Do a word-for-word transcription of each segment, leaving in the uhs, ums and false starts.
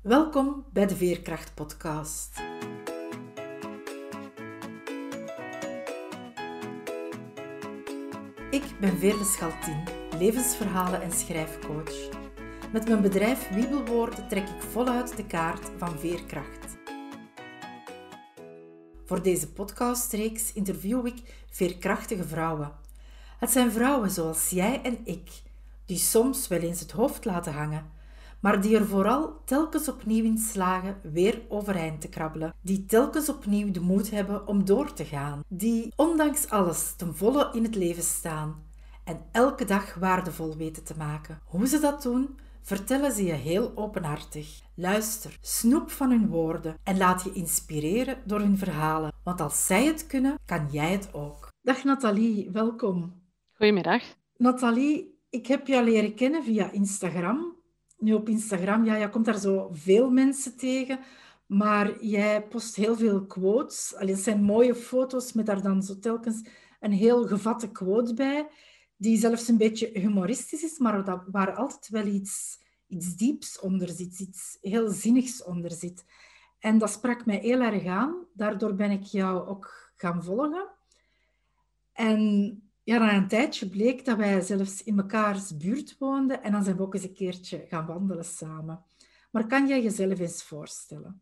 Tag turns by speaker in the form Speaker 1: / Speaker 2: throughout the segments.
Speaker 1: Welkom bij de Veerkracht Podcast. Ik ben Veerle Schaltien, levensverhalen- en schrijfcoach. Met mijn bedrijf Wiebelwoorden trek ik voluit de kaart van veerkracht. Voor deze podcastreeks interview ik veerkrachtige vrouwen. Het zijn vrouwen zoals jij en ik, die soms wel eens het hoofd laten hangen, maar die er vooral telkens opnieuw in slagen weer overeind te krabbelen. Die telkens opnieuw de moed hebben om door te gaan. Die ondanks alles ten volle in het leven staan en elke dag waardevol weten te maken. Hoe ze dat doen, vertellen ze je heel openhartig. Luister, snoep van hun woorden en laat je inspireren door hun verhalen. Want als zij het kunnen, kan jij het ook. Dag Nathalie, welkom.
Speaker 2: Goedemiddag.
Speaker 1: Nathalie, ik heb jou leren kennen via Instagram. Nu op Instagram, ja, je komt daar zo veel mensen tegen, maar jij post heel veel quotes. Allee, het zijn mooie foto's met daar dan zo telkens een heel gevatte quote bij, die zelfs een beetje humoristisch is, maar dat, waar altijd wel iets, iets dieps onder zit, iets heel zinnigs onder zit. En dat sprak mij heel erg aan. Daardoor ben ik jou ook gaan volgen. En ja, na een tijdje bleek dat wij zelfs in mekaars buurt woonden en dan zijn we ook eens een keertje gaan wandelen samen. Maar kan jij jezelf eens voorstellen?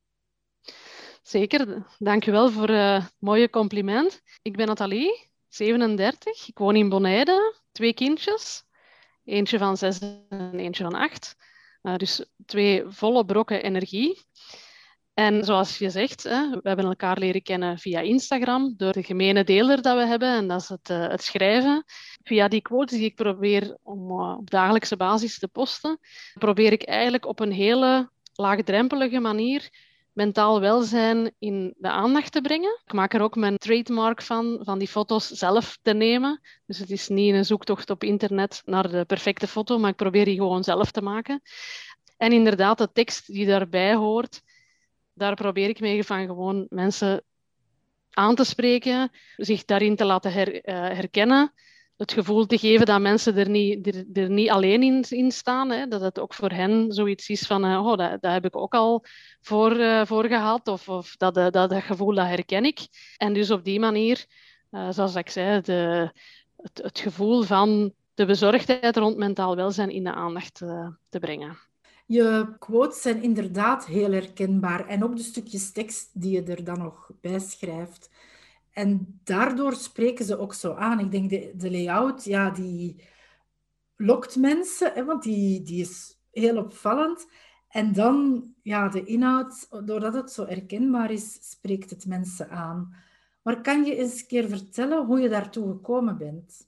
Speaker 2: Zeker, dank u wel voor uh, het mooie compliment. Ik ben Nathalie, zevenendertig. Ik woon in Bonaire, twee kindjes. Eentje van zes en eentje van acht. Uh, dus twee volle brokken energie. En zoals je zegt, hè, we hebben elkaar leren kennen via Instagram, door de gemene deler dat we hebben, en dat is het, uh, het schrijven. Via die quotes die ik probeer om uh, op dagelijkse basis te posten, probeer ik eigenlijk op een hele laagdrempelige manier mentaal welzijn in de aandacht te brengen. Ik maak er ook mijn trademark van, van die foto's zelf te nemen. Dus het is niet een zoektocht op internet naar de perfecte foto, maar ik probeer die gewoon zelf te maken. En inderdaad, de tekst die daarbij hoort, daar probeer ik mee van gewoon mensen aan te spreken, zich daarin te laten her, uh, herkennen, het gevoel te geven dat mensen er niet, er, er niet alleen in, in staan, hè, dat het ook voor hen zoiets is van, uh, oh, dat, dat heb ik ook al voor, uh, voor gehad, of, of dat, dat, dat gevoel, dat herken ik. En dus op die manier, uh, zoals ik zei, de, het, het gevoel van de bezorgdheid rond mentaal welzijn in de aandacht uh, te brengen.
Speaker 1: Je quotes zijn inderdaad heel herkenbaar en ook de stukjes tekst die je er dan nog bij schrijft. En daardoor spreken ze ook zo aan. Ik denk, de, de layout, ja, die lokt mensen, hè, want die, die is heel opvallend. En dan, ja, de inhoud, doordat het zo herkenbaar is, spreekt het mensen aan. Maar kan je eens een keer vertellen hoe je daartoe gekomen bent?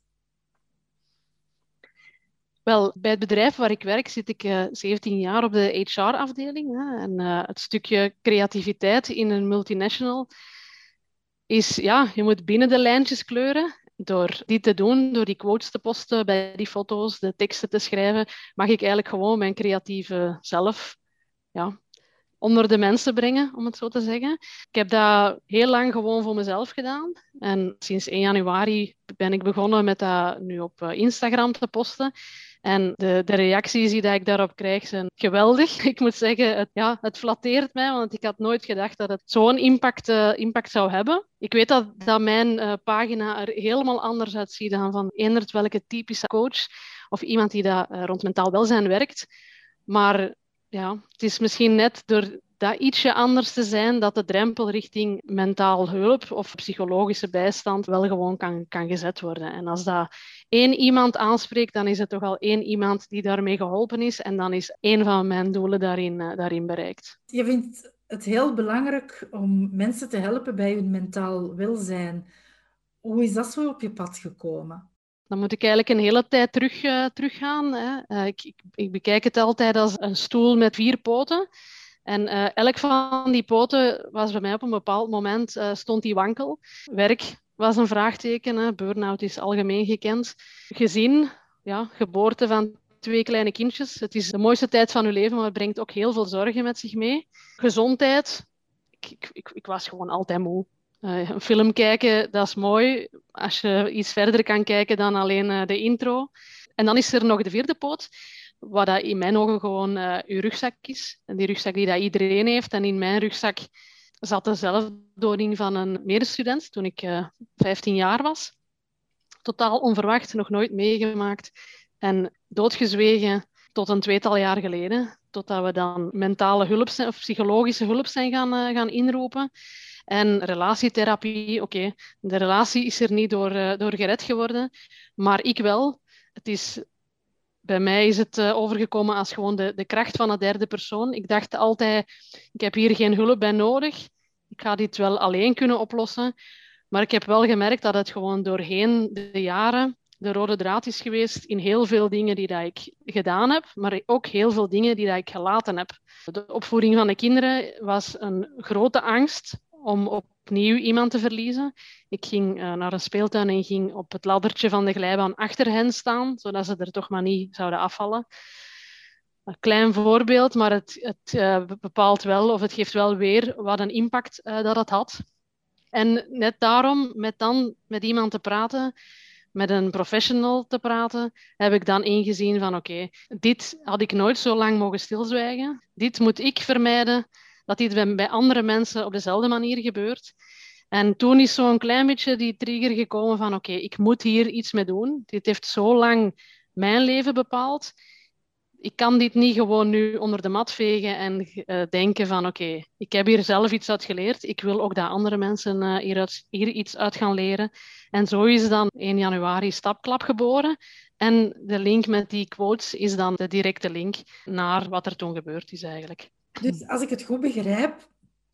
Speaker 2: Wel, bij het bedrijf waar ik werk zit ik uh, zeventien jaar op de H R-afdeling. Hè, en uh, het stukje creativiteit in een multinational is, ja, je moet binnen de lijntjes kleuren. Door die te doen, door die quotes te posten bij die foto's, de teksten te schrijven, mag ik eigenlijk gewoon mijn creatieve zelf, ja, onder de mensen brengen, om het zo te zeggen. Ik heb dat heel lang gewoon voor mezelf gedaan. En sinds één januari ben ik begonnen met dat nu op Instagram te posten. En de, de reacties die dat ik daarop krijg zijn geweldig. Ik moet zeggen, het, ja, het flatteert mij, want ik had nooit gedacht dat het zo'n impact, uh, impact zou hebben. Ik weet dat, dat mijn uh, pagina er helemaal anders uitziet dan van eender welke typische coach of iemand die dat, uh, rond mentaal welzijn werkt. Maar ja, het is misschien net door dat ietsje anders te zijn, dat de drempel richting mentaal hulp of psychologische bijstand wel gewoon kan, kan gezet worden. En als dat één iemand aanspreekt, dan is het toch al één iemand die daarmee geholpen is. En dan is één van mijn doelen daarin, uh, daarin bereikt.
Speaker 1: Je vindt het heel belangrijk om mensen te helpen bij hun mentaal welzijn. Hoe is dat zo op je pad gekomen?
Speaker 2: Dan moet ik eigenlijk een hele tijd terug, uh, teruggaan. Hè. Uh, ik, ik, ik bekijk het altijd als een stoel met vier poten. En uh, elk van die poten was bij mij op een bepaald moment, uh, stond die wankel. Werk was een vraagteken, hè. Burn-out is algemeen gekend. Gezin, ja, geboorte van twee kleine kindjes. Het is de mooiste tijd van uw leven, maar het brengt ook heel veel zorgen met zich mee. Gezondheid, ik, ik, ik, ik was gewoon altijd moe. Uh, een film kijken, dat is mooi. Als je iets verder kan kijken dan alleen uh, de intro. En dan is er nog de vierde poot. wat dat in mijn ogen gewoon uh, uw rugzak is. En die rugzak die dat iedereen heeft. En in mijn rugzak zat de zelfdoding van een medestudent toen ik uh, vijftien jaar was. Totaal onverwacht, nog nooit meegemaakt. En doodgezwegen tot een tweetal jaar geleden. Totdat we dan mentale hulp zijn, of psychologische hulp zijn gaan, uh, gaan inroepen. En relatietherapie, oké, okay, de relatie is er niet door, uh, door gered geworden. Maar ik wel. Het is... Bij mij is het uh, overgekomen als gewoon de, de kracht van een derde persoon. Ik dacht altijd, ik heb hier geen hulp bij nodig. Ik ga dit wel alleen kunnen oplossen. Maar ik heb wel gemerkt dat het gewoon doorheen de jaren de rode draad is geweest in heel veel dingen die dat ik gedaan heb, maar ook heel veel dingen die dat ik gelaten heb. De opvoeding van de kinderen was een grote angst om opnieuw iemand te verliezen. Ik ging uh, naar een speeltuin en ging op het laddertje van de glijbaan achter hen staan, zodat ze er toch maar niet zouden afvallen. Een klein voorbeeld, maar het, het uh, bepaalt wel, of het geeft wel weer wat een impact uh, dat het had. En net daarom, met dan met iemand te praten, met een professional te praten, heb ik dan ingezien van oké, okay, dit had ik nooit zo lang mogen stilzwijgen. Dit moet ik vermijden, dat dit bij, bij andere mensen op dezelfde manier gebeurt. En toen is zo'n klein beetje die trigger gekomen van oké, okay, ik moet hier iets mee doen. Dit heeft zo lang mijn leven bepaald. Ik kan dit niet gewoon nu onder de mat vegen en uh, denken van oké, okay, ik heb hier zelf iets uit geleerd. Ik wil ook dat andere mensen uh, hieruit, hier iets uit gaan leren. En zo is dan één januari Stapklap geboren. En de link met die quotes is dan de directe link naar wat er toen gebeurd is eigenlijk.
Speaker 1: Dus als ik het goed begrijp,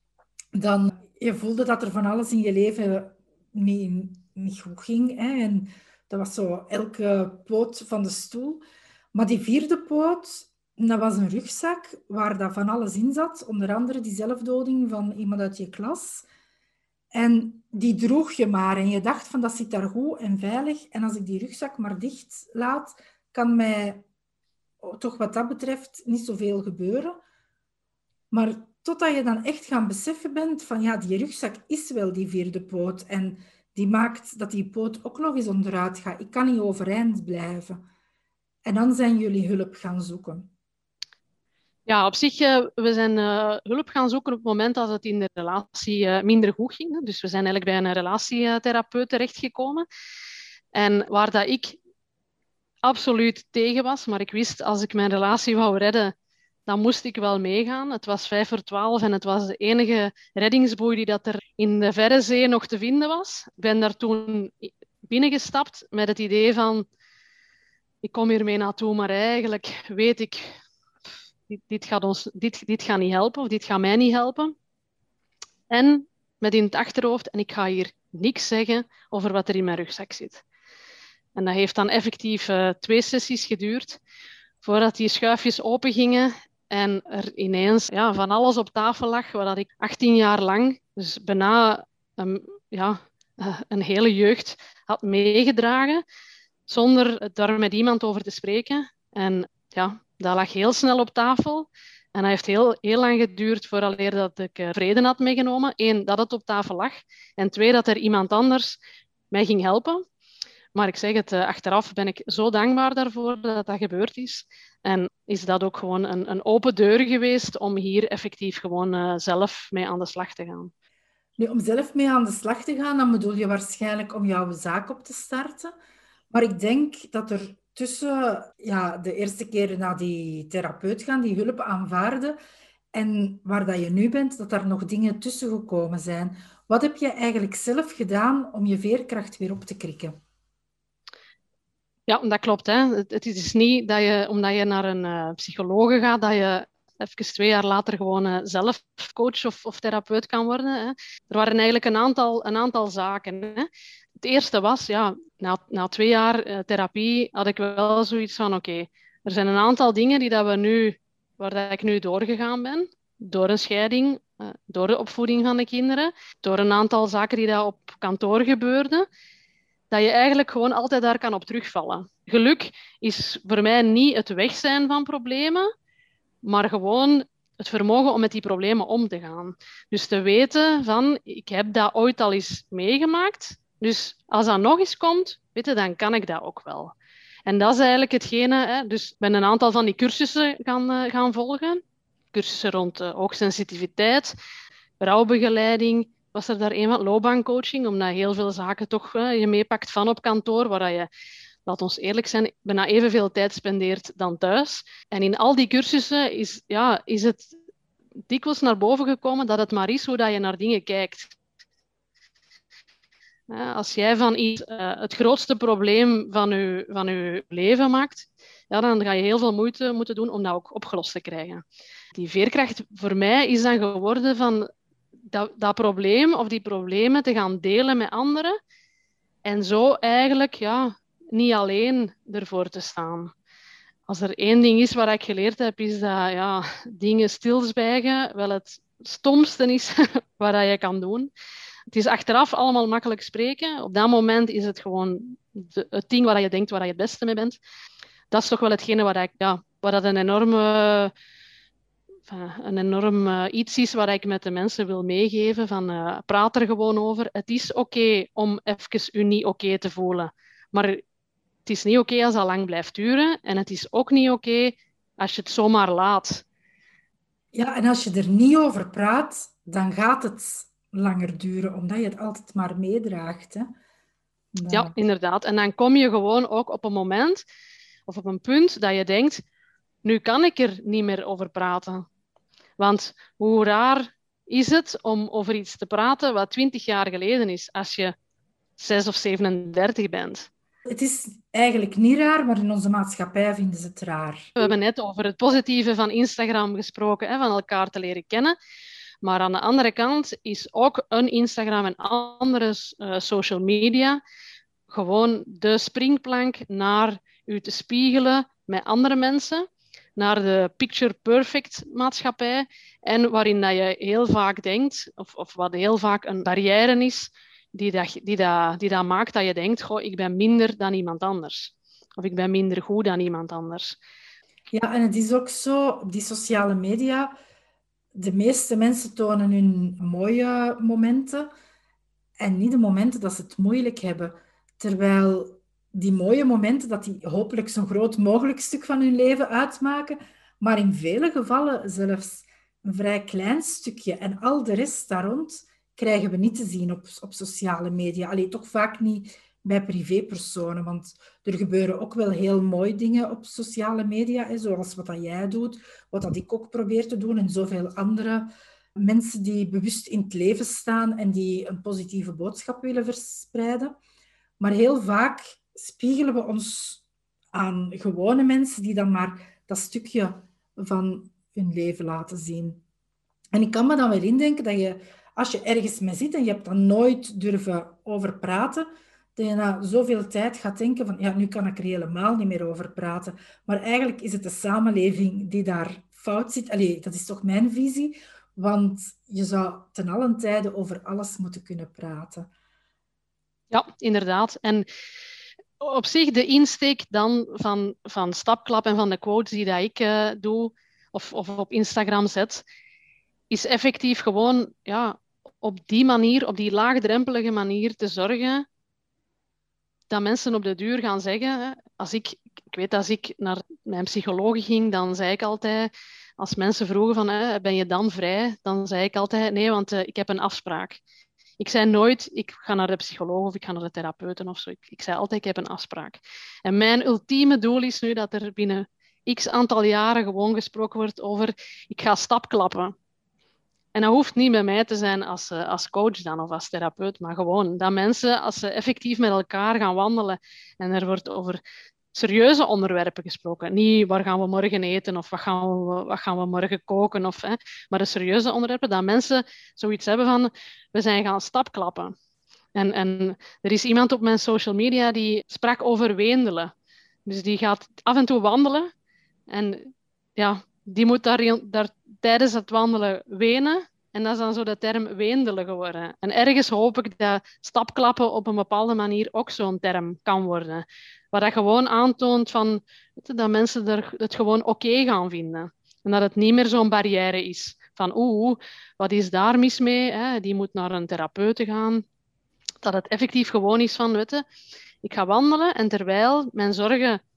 Speaker 1: dan je voelde dat er van alles in je leven niet, niet goed ging. Hè? En dat was zo elke poot van de stoel. Maar die vierde poot, dat was een rugzak waar dat van alles in zat. Onder andere die zelfdoding van iemand uit je klas. En die droeg je maar. En je dacht van, dat zit daar goed en veilig. En als ik die rugzak maar dicht laat, kan mij toch wat dat betreft niet zoveel gebeuren. Maar totdat je dan echt gaan beseffen bent van, ja, die rugzak is wel die vierde poot. En die maakt dat die poot ook nog eens onderuit gaat. Ik kan niet overeind blijven. En dan zijn jullie hulp gaan zoeken.
Speaker 2: Ja, op zich, uh, we zijn uh, hulp gaan zoeken op het moment dat het in de relatie uh, minder goed ging. Dus we zijn eigenlijk bij een relatietherapeut terechtgekomen. En waar dat ik absoluut tegen was, maar ik wist als ik mijn relatie wou redden, dan moest ik wel meegaan. Het was vijf voor twaalf en het was de enige reddingsboei die dat er in de verre zee nog te vinden was. Ik ben daar toen binnengestapt met het idee van, ik kom hier mee naartoe, maar eigenlijk weet ik, dit, dit, gaat ons, dit, dit gaat niet helpen of dit gaat mij niet helpen. En met in het achterhoofd, en ik ga hier niks zeggen over wat er in mijn rugzak zit. En dat heeft dan effectief uh, twee sessies geduurd, voordat die schuifjes open gingen en er ineens ja, van alles op tafel lag, wat ik achttien jaar lang, dus bijna um, ja, uh, een hele jeugd had meegedragen, zonder daar met iemand over te spreken. En ja, dat lag heel snel op tafel. En dat heeft heel, heel lang geduurd vooraleer dat ik uh, vrede had meegenomen. Eén, dat het op tafel lag. En twee, dat er iemand anders mij ging helpen. Maar ik zeg het, uh, achteraf ben ik zo dankbaar daarvoor dat dat gebeurd is. En is dat ook gewoon een, een open deur geweest om hier effectief gewoon uh, zelf mee aan de slag te gaan.
Speaker 1: Nu, om zelf mee aan de slag te gaan, dan bedoel je waarschijnlijk om jouw zaak op te starten. Maar ik denk dat er tussen ja, de eerste keer naar die therapeut gaan, die hulp aanvaarden, en waar dat je nu bent, dat er nog dingen tussen gekomen zijn. Wat heb je eigenlijk zelf gedaan om je veerkracht weer op te krikken?
Speaker 2: Ja, dat klopt. Hè. Het, het is niet dat je, omdat je naar een uh, psycholoog gaat, dat je even twee jaar later gewoon uh, zelf coach of, of therapeut kan worden. Hè. Er waren eigenlijk een aantal, een aantal zaken. Hè. Het eerste was, ja, na, na twee jaar uh, therapie had ik wel zoiets van, oké, okay, er zijn een aantal dingen die dat we nu, waar dat ik nu doorgegaan ben, door een scheiding, uh, door de opvoeding van de kinderen, door een aantal zaken die dat op kantoor gebeurden, dat je eigenlijk gewoon altijd daar kan op terugvallen. Geluk is voor mij niet het weg zijn van problemen, maar gewoon het vermogen om met die problemen om te gaan. Dus te weten van, ik heb dat ooit al eens meegemaakt, dus als dat nog eens komt, weet je, dan kan ik dat ook wel. En dat is eigenlijk hetgene, hè, dus ik ben een aantal van die cursussen gaan, uh, gaan volgen. Cursussen rond uh, hoogsensitiviteit, rouwbegeleiding, was er daar een van loopbaancoaching, omdat heel veel zaken toch uh, je meepakt van op kantoor, waar je, laat ons eerlijk zijn, bijna evenveel tijd spendeert dan thuis. En in al die cursussen is, ja, is het dikwijls naar boven gekomen dat het maar is hoe dat je naar dingen kijkt. Als jij van iets uh, het grootste probleem van je, van je leven maakt, ja, dan ga je heel veel moeite moeten doen om dat ook opgelost te krijgen. Die veerkracht voor mij is dan geworden van dat, dat probleem of die problemen te gaan delen met anderen en zo eigenlijk ja, niet alleen ervoor te staan. Als er één ding is wat ik geleerd heb, is dat ja, dingen stilzwijgen wel het stomste is wat je kan doen. Het is achteraf allemaal makkelijk spreken. Op dat moment is het gewoon de, het ding waar je denkt waar je het beste mee bent. Dat is toch wel hetgene waar, ik, ja, waar dat een enorme... een enorm uh, iets is waar ik met de mensen wil meegeven. Van, uh, praat er gewoon over. Het is oké okay om even je niet oké okay te voelen. Maar het is niet oké okay als dat lang blijft duren. En het is ook niet oké okay als je het zomaar laat.
Speaker 1: Ja, en als je er niet over praat, dan gaat het langer duren, omdat je het altijd maar meedraagt. Hè?
Speaker 2: Nou. Ja, inderdaad. En dan kom je gewoon ook op een moment of op een punt dat je denkt, nu kan ik er niet meer over praten. Want hoe raar is het om over iets te praten wat twintig jaar geleden is, als je zes of zevenendertig bent?
Speaker 1: Het is eigenlijk niet raar, maar in onze maatschappij vinden ze het raar.
Speaker 2: We hebben net over het positieve van Instagram gesproken, hè, van elkaar te leren kennen. Maar aan de andere kant is ook een Instagram en andere uh, social media gewoon de springplank naar u te spiegelen met andere mensen, naar de picture-perfect maatschappij en waarin dat je heel vaak denkt, of, of wat heel vaak een barrière is, die dat, die, dat, die dat maakt dat je denkt, goh, ik ben minder dan iemand anders. Of ik ben minder goed dan iemand anders.
Speaker 1: Ja, en het is ook zo, op die sociale media, de meeste mensen tonen hun mooie momenten en niet de momenten dat ze het moeilijk hebben. Terwijl die mooie momenten, dat die hopelijk zo'n groot mogelijk stuk van hun leven uitmaken, maar in vele gevallen zelfs een vrij klein stukje. En al de rest daar rond krijgen we niet te zien op, op sociale media. Allee, toch vaak niet bij privépersonen, want er gebeuren ook wel heel mooie dingen op sociale media, hè, zoals wat dat jij doet, wat dat ik ook probeer te doen en zoveel andere mensen die bewust in het leven staan en die een positieve boodschap willen verspreiden. Maar heel vaak spiegelen we ons aan gewone mensen die dan maar dat stukje van hun leven laten zien. En ik kan me dan wel indenken dat je, als je ergens mee zit en je hebt dan nooit durven over praten, dat je na zoveel tijd gaat denken van, ja, nu kan ik er helemaal niet meer over praten. Maar eigenlijk is het de samenleving die daar fout zit. Allee, dat is toch mijn visie, want je zou ten allen tijde over alles moeten kunnen praten.
Speaker 2: Ja, inderdaad. En op zich de insteek dan van, van Stapklap en van de quotes die dat ik uh, doe, of, of op Instagram zet, is effectief gewoon ja, op die manier, op die laagdrempelige manier te zorgen dat mensen op de duur gaan zeggen, hè, als ik, ik weet als ik naar mijn psycholoog ging, dan zei ik altijd, als mensen vroegen van, hè, ben je dan vrij? Dan zei ik altijd, nee, want uh, ik heb een afspraak. Ik zei nooit, ik ga naar de psycholoog of ik ga naar de therapeuten of zo. Ik, ik zei altijd, ik heb een afspraak. En mijn ultieme doel is nu dat er binnen x aantal jaren gewoon gesproken wordt over, ik ga stapklappen. En dat hoeft niet bij mij te zijn als, uh, als coach dan of als therapeut, maar gewoon dat mensen, als ze effectief met elkaar gaan wandelen en er wordt over serieuze onderwerpen gesproken. Niet waar gaan we morgen eten of wat gaan we, wat gaan we morgen koken, of, hè, maar de serieuze onderwerpen, dat mensen zoiets hebben van, we zijn gaan stapklappen. En, en er is iemand op mijn social media die sprak over weendelen. Dus die gaat af en toe wandelen en ja, die moet daar, daar tijdens het wandelen wenen. En dat is dan zo de term weendelen geworden. En ergens hoop ik dat stapklappen op een bepaalde manier ook zo'n term kan worden. Waar dat gewoon aantoont van, dat mensen er het gewoon oké okay gaan vinden. En dat het niet meer zo'n barrière is. Van oeh, wat is daar mis mee? Hè? Die moet naar een therapeut gaan. Dat het effectief gewoon is van, weet je, ik ga wandelen en terwijl mijn zorgen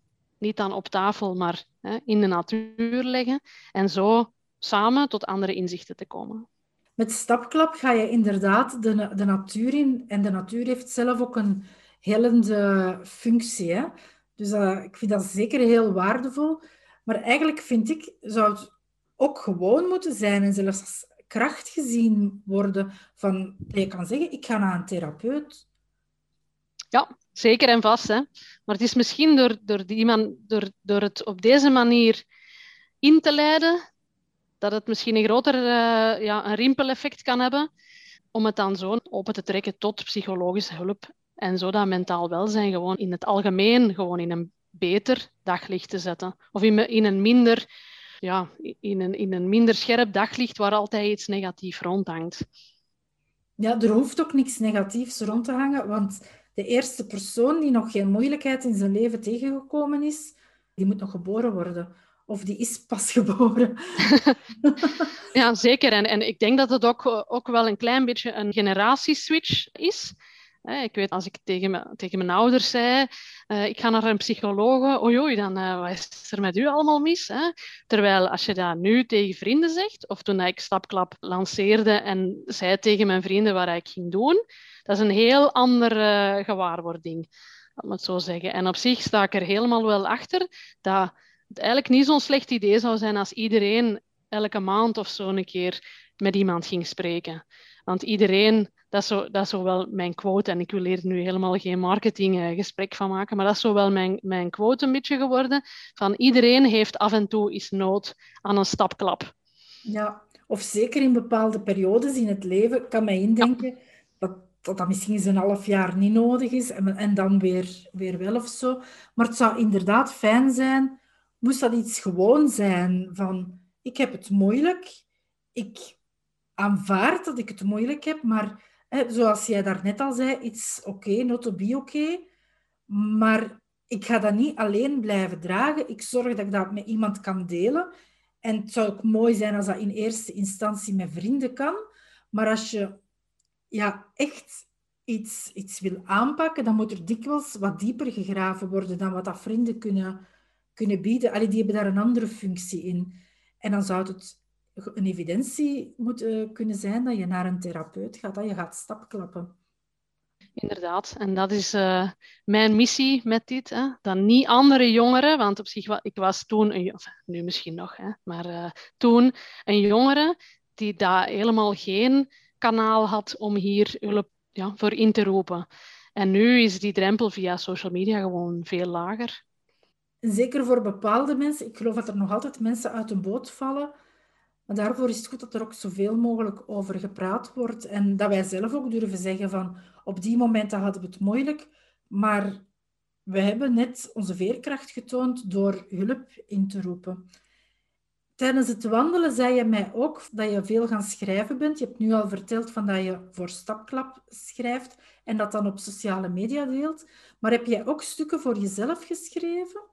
Speaker 2: niet dan op tafel, maar hè, in de natuur leggen. En zo samen tot andere inzichten te komen.
Speaker 1: Met Stapklap ga je inderdaad de, de natuur in. En de natuur heeft zelf ook een helende functie. Hè? Dus uh, ik vind dat zeker heel waardevol. Maar eigenlijk vind ik, zou het ook gewoon moeten zijn en zelfs als kracht gezien worden van, dat je kan zeggen, ik ga naar een therapeut.
Speaker 2: Ja, zeker en vast. Hè. Maar het is misschien door, door, die man, door, door het op deze manier in te leiden, dat het misschien een groter uh, ja, een rimpeleffect kan hebben, om het dan zo open te trekken tot psychologische hulp. En zo dat mentaal welzijn gewoon in het algemeen gewoon in een beter daglicht te zetten. Of in, in, een, minder, ja, in, een, in een minder scherp daglicht waar altijd iets negatiefs rondhangt.
Speaker 1: Ja, er hoeft ook niks negatiefs rond te hangen, want de eerste persoon die nog geen moeilijkheid in zijn leven tegengekomen is, die moet nog geboren worden. Of die is pas geboren.
Speaker 2: Ja, zeker. En, en ik denk dat het ook, ook wel een klein beetje een generatieswitch is. Ik weet, als ik tegen, me, tegen mijn ouders zei, uh, ik ga naar een psycholoog, oei oei, dan uh, wat is er met u allemaal mis? Hè? Terwijl als je dat nu tegen vrienden zegt, of toen ik Stapklap lanceerde en zei tegen mijn vrienden wat ik ging doen, dat is een heel andere uh, gewaarwording, laat me het zo zeggen. En op zich sta ik er helemaal wel achter dat het eigenlijk niet zo'n slecht idee zou zijn als iedereen elke maand of zo een keer met iemand ging spreken. Want iedereen, dat is, zo, dat is zo wel mijn quote, en ik wil hier nu helemaal geen marketinggesprek van maken, maar dat is zo wel mijn, mijn quote een beetje geworden, van iedereen heeft af en toe eens nood aan een stapklap.
Speaker 1: Ja, of zeker in bepaalde periodes in het leven, ik kan mij indenken ja. dat, dat dat misschien eens een half jaar niet nodig is en, en dan weer, weer wel of zo. Maar het zou inderdaad fijn zijn, moest dat iets gewoon zijn van, ik heb het moeilijk, ik aanvaard dat ik het moeilijk heb, maar hè, zoals jij daarnet al zei, it's oké, okay, not to be oké. Okay, maar ik ga dat niet alleen blijven dragen. Ik zorg dat ik dat met iemand kan delen. En het zou ook mooi zijn als dat in eerste instantie met vrienden kan. Maar als je ja, echt iets, iets wil aanpakken, dan moet er dikwijls wat dieper gegraven worden dan wat dat vrienden kunnen, kunnen bieden. Allee, die hebben daar een andere functie in. En dan zou het een evidentie moet uh, kunnen zijn dat je naar een therapeut gaat, dat je gaat stapklappen.
Speaker 2: Inderdaad, en dat is uh, mijn missie met dit. Hè? Dan niet andere jongeren, want op zich, ik was toen, een, nu misschien nog, hè, maar uh, toen een jongere die daar helemaal geen kanaal had om hier hulp ja, voor in te roepen. En nu is die drempel via social media gewoon veel lager.
Speaker 1: Zeker voor bepaalde mensen. Ik geloof dat er nog altijd mensen uit een boot vallen. Maar daarvoor is het goed dat er ook zoveel mogelijk over gepraat wordt. En dat wij zelf ook durven zeggen van, op die momenten hadden we het moeilijk. Maar we hebben net onze veerkracht getoond door hulp in te roepen. Tijdens het wandelen zei je mij ook dat je veel gaan schrijven bent. Je hebt nu al verteld van dat je voor Stapklap schrijft en dat dan op sociale media deelt. Maar heb jij ook stukken voor jezelf geschreven?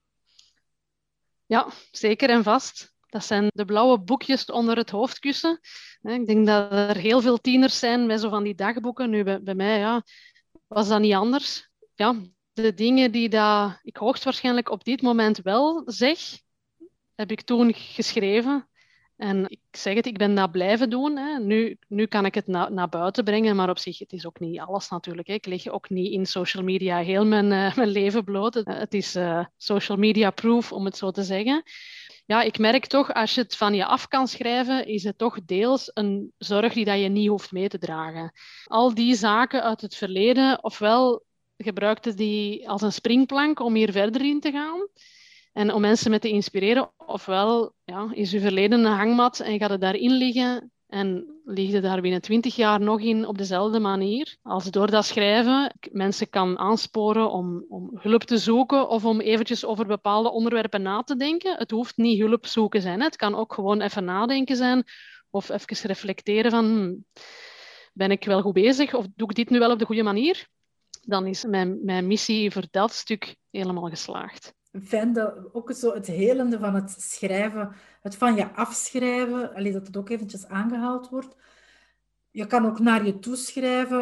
Speaker 2: Ja, zeker en vast. Dat zijn de blauwe boekjes onder het hoofdkussen. Ik denk dat er heel veel tieners zijn met zo van die dagboeken. Nu, bij, bij mij ja, was dat niet anders. Ja, de dingen die dat ik hoogstwaarschijnlijk op dit moment wel zeg, heb ik toen geschreven. En ik zeg het, ik ben dat blijven doen. Hè. Nu, nu kan ik het na, naar buiten brengen, maar op zich, het is ook niet alles natuurlijk. Hè. Ik leg ook niet in social media heel mijn, uh, mijn leven bloot. Uh, het is uh, social media proof, om het zo te zeggen. Ja, ik merk toch, als je het van je af kan schrijven, is het toch deels een zorg die dat je niet hoeft mee te dragen. Al die zaken uit het verleden, ofwel gebruikte die als een springplank om hier verder in te gaan en om mensen mee te inspireren, ofwel ja, is je verleden een hangmat en gaat het daarin liggen en ligt het daar binnen twintig jaar nog in op dezelfde manier. Als door dat schrijven mensen kan aansporen om, om hulp te zoeken of om eventjes over bepaalde onderwerpen na te denken. Het hoeft niet hulp zoeken zijn. Hè. Het kan ook gewoon even nadenken zijn of even reflecteren van hmm, ben ik wel goed bezig of doe ik dit nu wel op de goede manier? Dan is mijn, mijn missie voor dat stuk helemaal geslaagd.
Speaker 1: Fijn dat ook zo het helende van het schrijven, het van je afschrijven, allee, dat het ook eventjes aangehaald wordt. Je kan ook naar je toe schrijven,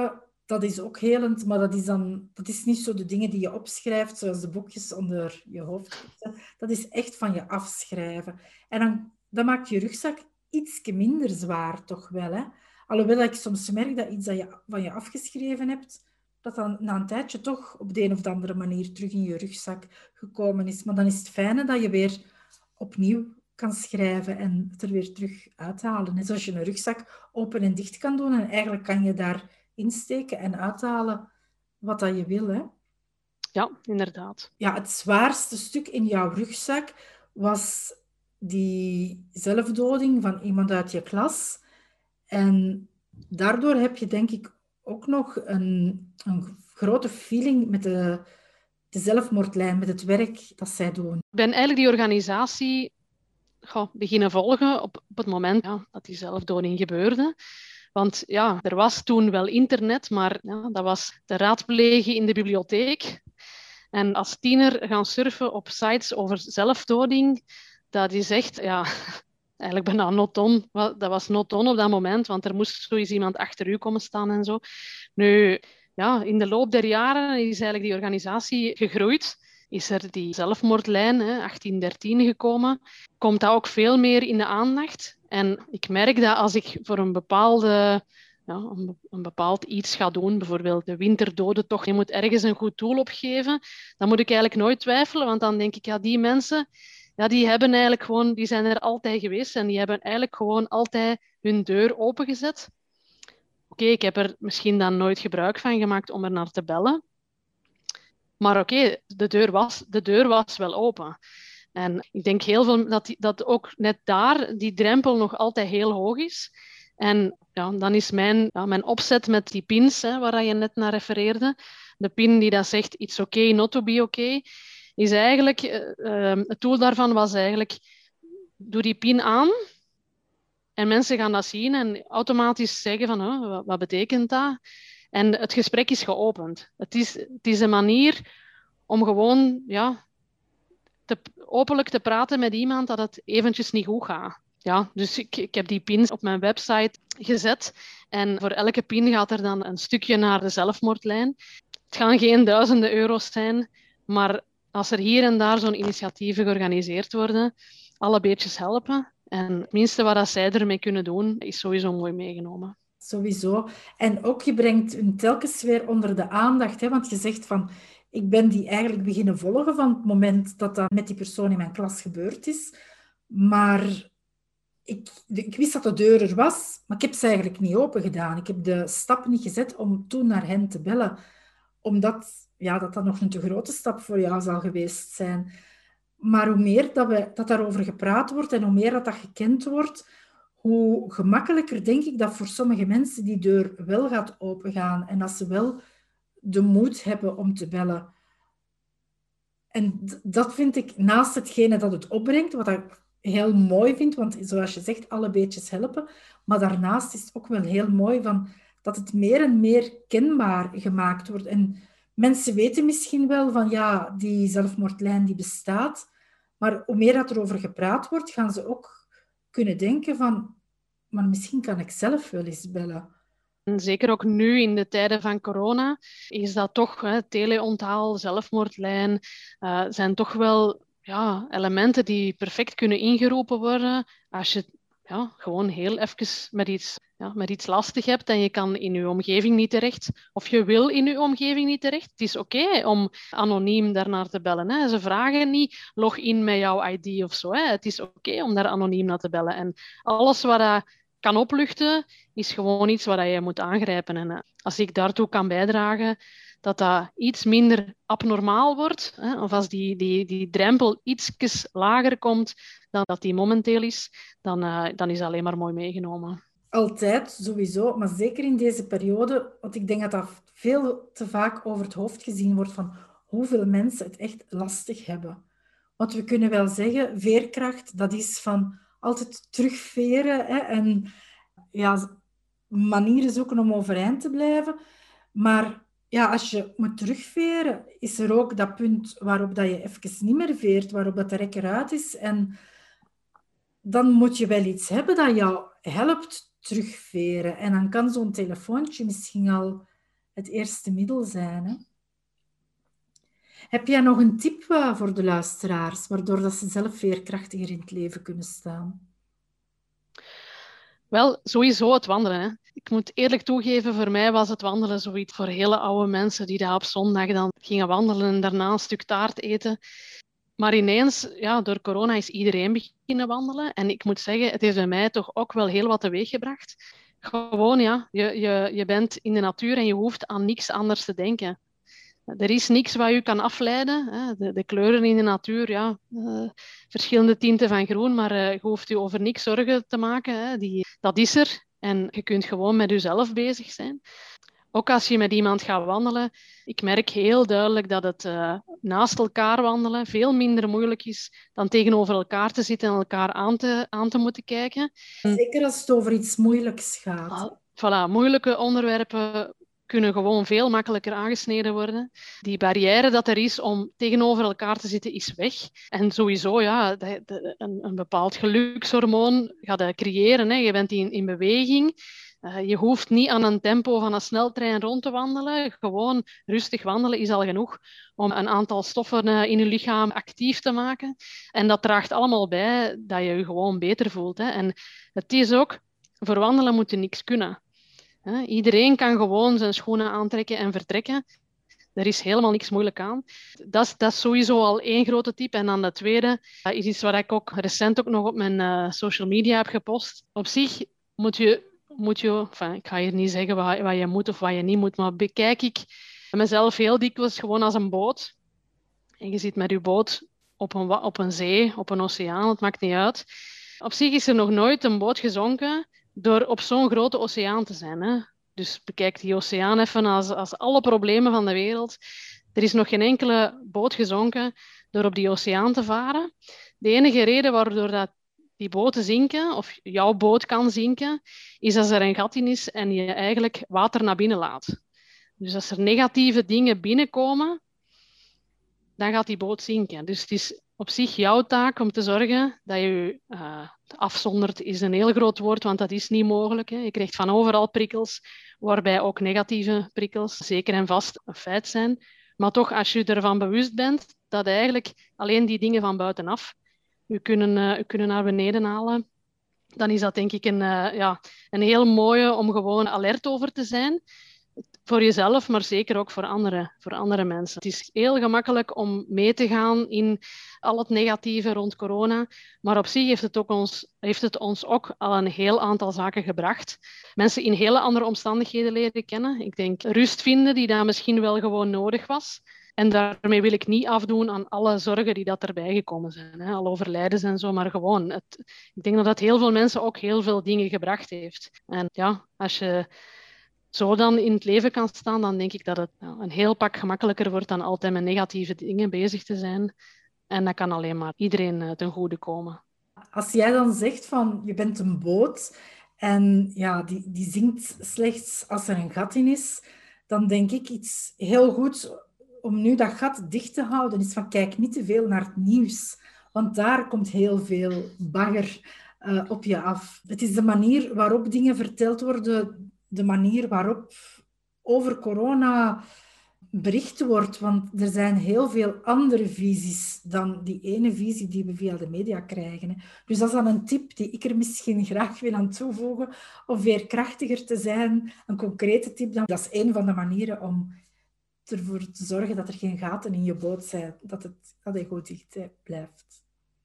Speaker 1: dat is ook helend, maar dat is, dan, dat is niet zo de dingen die je opschrijft, zoals de boekjes onder je hoofd. Dat is echt van je afschrijven. En dan, dan maakt je rugzak iets minder zwaar, toch wel. Hè? Alhoewel ik soms merk dat iets dat je van je afgeschreven hebt, dat dan na een tijdje toch op de een of de andere manier terug in je rugzak gekomen is. Maar dan is het fijne dat je weer opnieuw kan schrijven en het er weer terug uithalen. Net zoals je een rugzak open en dicht kan doen en eigenlijk kan je daar insteken en uithalen wat dat je wil. Hè?
Speaker 2: Ja, inderdaad.
Speaker 1: Ja, het zwaarste stuk in jouw rugzak was die zelfdoding van iemand uit je klas. En daardoor heb je denk ik ook nog een, een grote feeling met de, de zelfmoordlijn, met het werk dat zij doen.
Speaker 2: Ik ben eigenlijk die organisatie goh, beginnen volgen op, op het moment ja, dat die zelfdoding gebeurde. Want ja, er was toen wel internet, maar ja, dat was te raadplegen in de bibliotheek. En als tiener gaan surfen op sites over zelfdoding, dat is echt, ja, eigenlijk bijna not on. Dat was not on op dat moment, want er moest sowieso iemand achter u komen staan en zo. Nu, ja, in de loop der jaren is eigenlijk die organisatie gegroeid. Is er die zelfmoordlijn, hè, achttien dertien, gekomen. Komt dat ook veel meer in de aandacht. En ik merk dat als ik voor een bepaalde... Ja, een, een bepaald iets ga doen, bijvoorbeeld de winterdodentocht, je moet ergens een goed doel opgeven, dan moet ik eigenlijk nooit twijfelen, want dan denk ik, ja, die mensen, ja, die hebben eigenlijk gewoon, die zijn er altijd geweest en die hebben eigenlijk gewoon altijd hun deur opengezet. Oké, okay, ik heb er misschien dan nooit gebruik van gemaakt om er naar te bellen, maar oké, okay, de deur was, de deur was wel open. En ik denk heel veel dat, die, dat ook net daar die drempel nog altijd heel hoog is. En ja, dan is mijn, ja, mijn opzet met die pins, hè, waar je net naar refereerde, de pin die dat zegt it's okay not to be okay, is eigenlijk, uh, uh, het doel daarvan was eigenlijk, doe die pin aan en mensen gaan dat zien en automatisch zeggen van, oh, wat, wat betekent dat? En het gesprek is geopend. Het is, het is een manier om gewoon ja, te, openlijk te praten met iemand dat het eventjes niet goed gaat. Ja, dus ik, ik heb die pins op mijn website gezet en voor elke pin gaat er dan een stukje naar de zelfmoordlijn. Het gaan geen duizenden euro's zijn, maar als er hier en daar zo'n initiatieven georganiseerd worden, alle beetjes helpen. En het minste wat dat zij ermee kunnen doen, is sowieso mooi meegenomen.
Speaker 1: Sowieso. En ook je brengt hun telkens weer onder de aandacht, hè? Want je zegt van, ik ben die eigenlijk beginnen volgen van het moment dat dat met die persoon in mijn klas gebeurd is. Maar ik, ik wist dat de deur er was, maar ik heb ze eigenlijk niet open gedaan. Ik heb de stap niet gezet om toen naar hen te bellen. Omdat ja, dat, dat nog een te grote stap voor jou zal geweest zijn. Maar hoe meer dat, we, dat daarover gepraat wordt en hoe meer dat, dat gekend wordt, hoe gemakkelijker denk ik dat voor sommige mensen die deur wel gaat opengaan en dat ze wel de moed hebben om te bellen. En d- dat vind ik naast hetgene dat het opbrengt, wat ik heel mooi vind, want zoals je zegt, alle beetjes helpen, maar daarnaast is het ook wel heel mooi van, dat het meer en meer kenbaar gemaakt wordt. En mensen weten misschien wel van, ja, die zelfmoordlijn die bestaat, maar hoe meer dat er over gepraat wordt, gaan ze ook kunnen denken van, maar misschien kan ik zelf wel eens bellen.
Speaker 2: En zeker ook nu in de tijden van corona is dat toch, hè, teleonthaal, zelfmoordlijn, uh, zijn toch wel ja, elementen die perfect kunnen ingeroepen worden als je ja, gewoon heel even met iets, ja, met iets lastig hebt en je kan in je omgeving niet terecht of je wil in je omgeving niet terecht. Het is oké okay om anoniem daarnaar te bellen. Hè. Ze vragen niet log in met jouw I D of zo. Hè. Het is oké okay om daar anoniem naar te bellen. En alles wat dat kan opluchten, is gewoon iets wat je moet aangrijpen. En uh, als ik daartoe kan bijdragen dat dat iets minder abnormaal wordt, hè, of als die, die, die drempel iets lager komt dan dat die momenteel is, dan, uh, dan is dat alleen maar mooi meegenomen.
Speaker 1: Altijd, sowieso, maar zeker in deze periode, want ik denk dat dat veel te vaak over het hoofd gezien wordt van hoeveel mensen het echt lastig hebben. Want we kunnen wel zeggen, veerkracht, dat is van altijd terugveren, hè, en ja, manieren zoeken om overeind te blijven. Maar ja, als je moet terugveren, is er ook dat punt waarop dat je even niet meer veert, waarop dat de rek eruit is. En dan moet je wel iets hebben dat jou helpt terugveren. En dan kan zo'n telefoontje misschien al het eerste middel zijn. Hè? Heb jij nog een tip uh, voor de luisteraars, waardoor dat ze zelf veerkrachtiger in het leven kunnen staan?
Speaker 2: Wel, sowieso het wandelen. Hè. Ik moet eerlijk toegeven, voor mij was het wandelen zoiets voor hele oude mensen die daar op zondag dan gingen wandelen en daarna een stuk taart eten. Maar ineens, ja, door corona is iedereen beginnen wandelen. En ik moet zeggen, het heeft bij mij toch ook wel heel wat teweeggebracht. Gewoon, ja, je, je, je bent in de natuur en je hoeft aan niks anders te denken. Er is niks wat je kan afleiden. Hè. De, de kleuren in de natuur, ja, uh, verschillende tinten van groen, maar uh, je hoeft je over niks zorgen te maken. Hè. Die, dat is er. En je kunt gewoon met jezelf bezig zijn. Ook als je met iemand gaat wandelen, ik merk heel duidelijk dat het uh, naast elkaar wandelen veel minder moeilijk is dan tegenover elkaar te zitten en elkaar aan te, aan te moeten kijken.
Speaker 1: Zeker als het over iets moeilijks gaat.
Speaker 2: Voilà, moeilijke onderwerpen kunnen gewoon veel makkelijker aangesneden worden. Die barrière dat er is om tegenover elkaar te zitten, is weg. En sowieso, ja, de, de, een, een bepaald gelukshormoon gaat dat creëren. Hè. Je bent in, in beweging. Uh, je hoeft niet aan een tempo van een sneltrein rond te wandelen. Gewoon rustig wandelen is al genoeg om een aantal stoffen uh, in je lichaam actief te maken. En dat draagt allemaal bij dat je je gewoon beter voelt. Hè. En het is ook, voor wandelen moet je niks kunnen. Hè. Iedereen kan gewoon zijn schoenen aantrekken en vertrekken. Er is helemaal niks moeilijk aan. Dat is, dat is sowieso al één grote tip. En dan de tweede uh, is iets wat ik ook recent ook nog op mijn uh, social media heb gepost. Op zich moet je... Moet je, enfin, ik ga hier niet zeggen wat, wat je moet of wat je niet moet, maar bekijk ik mezelf heel dikwijls gewoon als een boot. En je zit met je boot op een, op een zee, op een oceaan, het maakt niet uit. Op zich is er nog nooit een boot gezonken door op zo'n grote oceaan te zijn. Hè? Dus bekijk die oceaan even als, als alle problemen van de wereld. Er is nog geen enkele boot gezonken door op die oceaan te varen. De enige reden waardoor dat die boten zinken, of jouw boot kan zinken, is als er een gat in is en je eigenlijk water naar binnen laat. Dus als er negatieve dingen binnenkomen, dan gaat die boot zinken. Dus het is op zich jouw taak om te zorgen dat je je uh, afzondert, is een heel groot woord, want dat is niet mogelijk. Hè. Je krijgt van overal prikkels, waarbij ook negatieve prikkels zeker en vast een feit zijn. Maar toch, als je ervan bewust bent dat eigenlijk alleen die dingen van buitenaf u kunnen, uh, u kunnen naar beneden halen, dan is dat denk ik een, uh, ja, een heel mooie om gewoon alert over te zijn. Voor jezelf, maar zeker ook voor andere, voor andere mensen. Het is heel gemakkelijk om mee te gaan in al het negatieve rond corona. Maar op zich heeft het, ook ons, heeft het ons ook al een heel aantal zaken gebracht. Mensen in hele andere omstandigheden leren kennen. Ik denk rust vinden die daar misschien wel gewoon nodig was. En daarmee wil ik niet afdoen aan alle zorgen die dat erbij gekomen zijn. Hè. Al overlijdens en zo, maar gewoon. Het, ik denk dat dat heel veel mensen ook heel veel dingen gebracht heeft. En ja, als je zo dan in het leven kan staan, dan denk ik dat het nou, een heel pak gemakkelijker wordt dan altijd met negatieve dingen bezig te zijn. En dat kan alleen maar iedereen uh, ten goede komen.
Speaker 1: Als jij dan zegt van, je bent een boot en ja, die, die zinkt slechts als er een gat in is, dan denk ik iets heel goed om nu dat gat dicht te houden, is van kijk niet te veel naar het nieuws. Want daar komt heel veel bagger uh, op je af. Het is de manier waarop dingen verteld worden, de manier waarop over corona bericht wordt. Want er zijn heel veel andere visies dan die ene visie die we via de media krijgen. Hè. Dus dat is dan een tip die ik er misschien graag wil aan toevoegen. Om veerkrachtiger te zijn, een concrete tip. Dan. Dat is een van de manieren om ervoor te zorgen dat er geen gaten in je boot zijn. Dat het dat hij goed dicht blijft.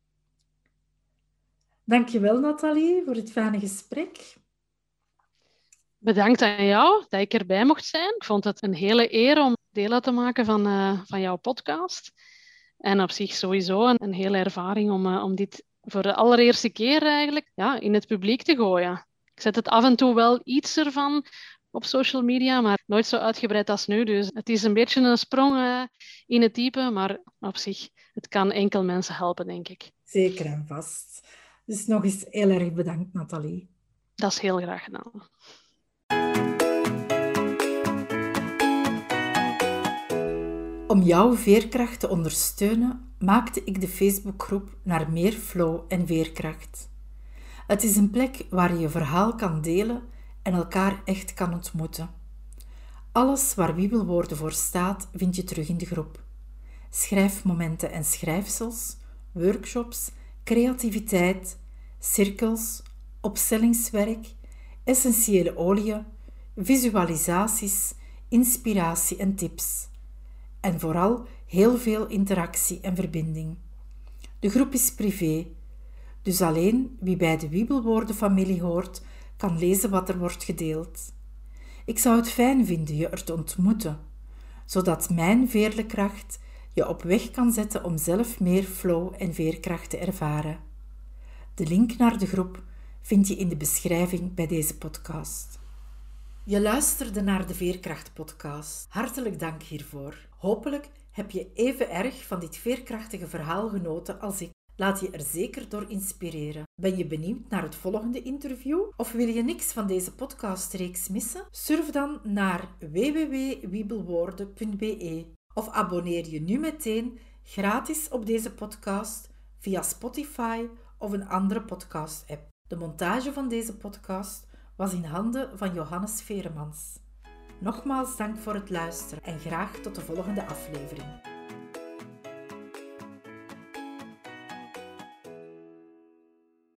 Speaker 1: Dankjewel, Nathalie, voor het fijne gesprek.
Speaker 2: Bedankt aan jou dat ik erbij mocht zijn. Ik vond het een hele eer om deel uit te maken van, uh, van jouw podcast. En op zich sowieso een, een hele ervaring om, uh, om dit voor de allereerste keer eigenlijk ja, in het publiek te gooien. Ik zet het af en toe wel iets ervan op social media, maar nooit zo uitgebreid als nu. Dus het is een beetje een sprong uh, in het diepe, maar op zich, het kan enkel mensen helpen, denk ik.
Speaker 1: Zeker en vast. Dus nog eens heel erg bedankt, Nathalie.
Speaker 2: Dat is heel graag gedaan.
Speaker 1: Om jouw veerkracht te ondersteunen, maakte ik de Facebookgroep Naar meer flow en veerkracht. Het is een plek waar je je verhaal kan delen en elkaar echt kan ontmoeten. Alles waar Wiebelwoorden voor staat, vind je terug in de groep. Schrijfmomenten en schrijfsels, workshops, creativiteit, cirkels, opstellingswerk, essentiële oliën, visualisaties, inspiratie en tips. En vooral heel veel interactie en verbinding. De groep is privé, dus alleen wie bij de Wiebelwoordenfamilie hoort, kan lezen wat er wordt gedeeld. Ik zou het fijn vinden je er te ontmoeten, zodat mijn veerkracht je op weg kan zetten om zelf meer flow en veerkracht te ervaren. De link naar de groep vind je in de beschrijving bij deze podcast. Je luisterde naar de Veerkracht-podcast. Hartelijk dank hiervoor. Hopelijk heb je even erg van dit veerkrachtige verhaal genoten als ik. Laat je er zeker door inspireren. Ben je benieuwd naar het volgende interview? Of wil je niks van deze podcastreeks missen? Surf dan naar w w w punt wiebelwoorden punt b e of abonneer je nu meteen gratis op deze podcast via Spotify of een andere podcast-app. De montage van deze podcast was in handen van Johannes Veremans. Nogmaals dank voor het luisteren en graag tot de volgende aflevering.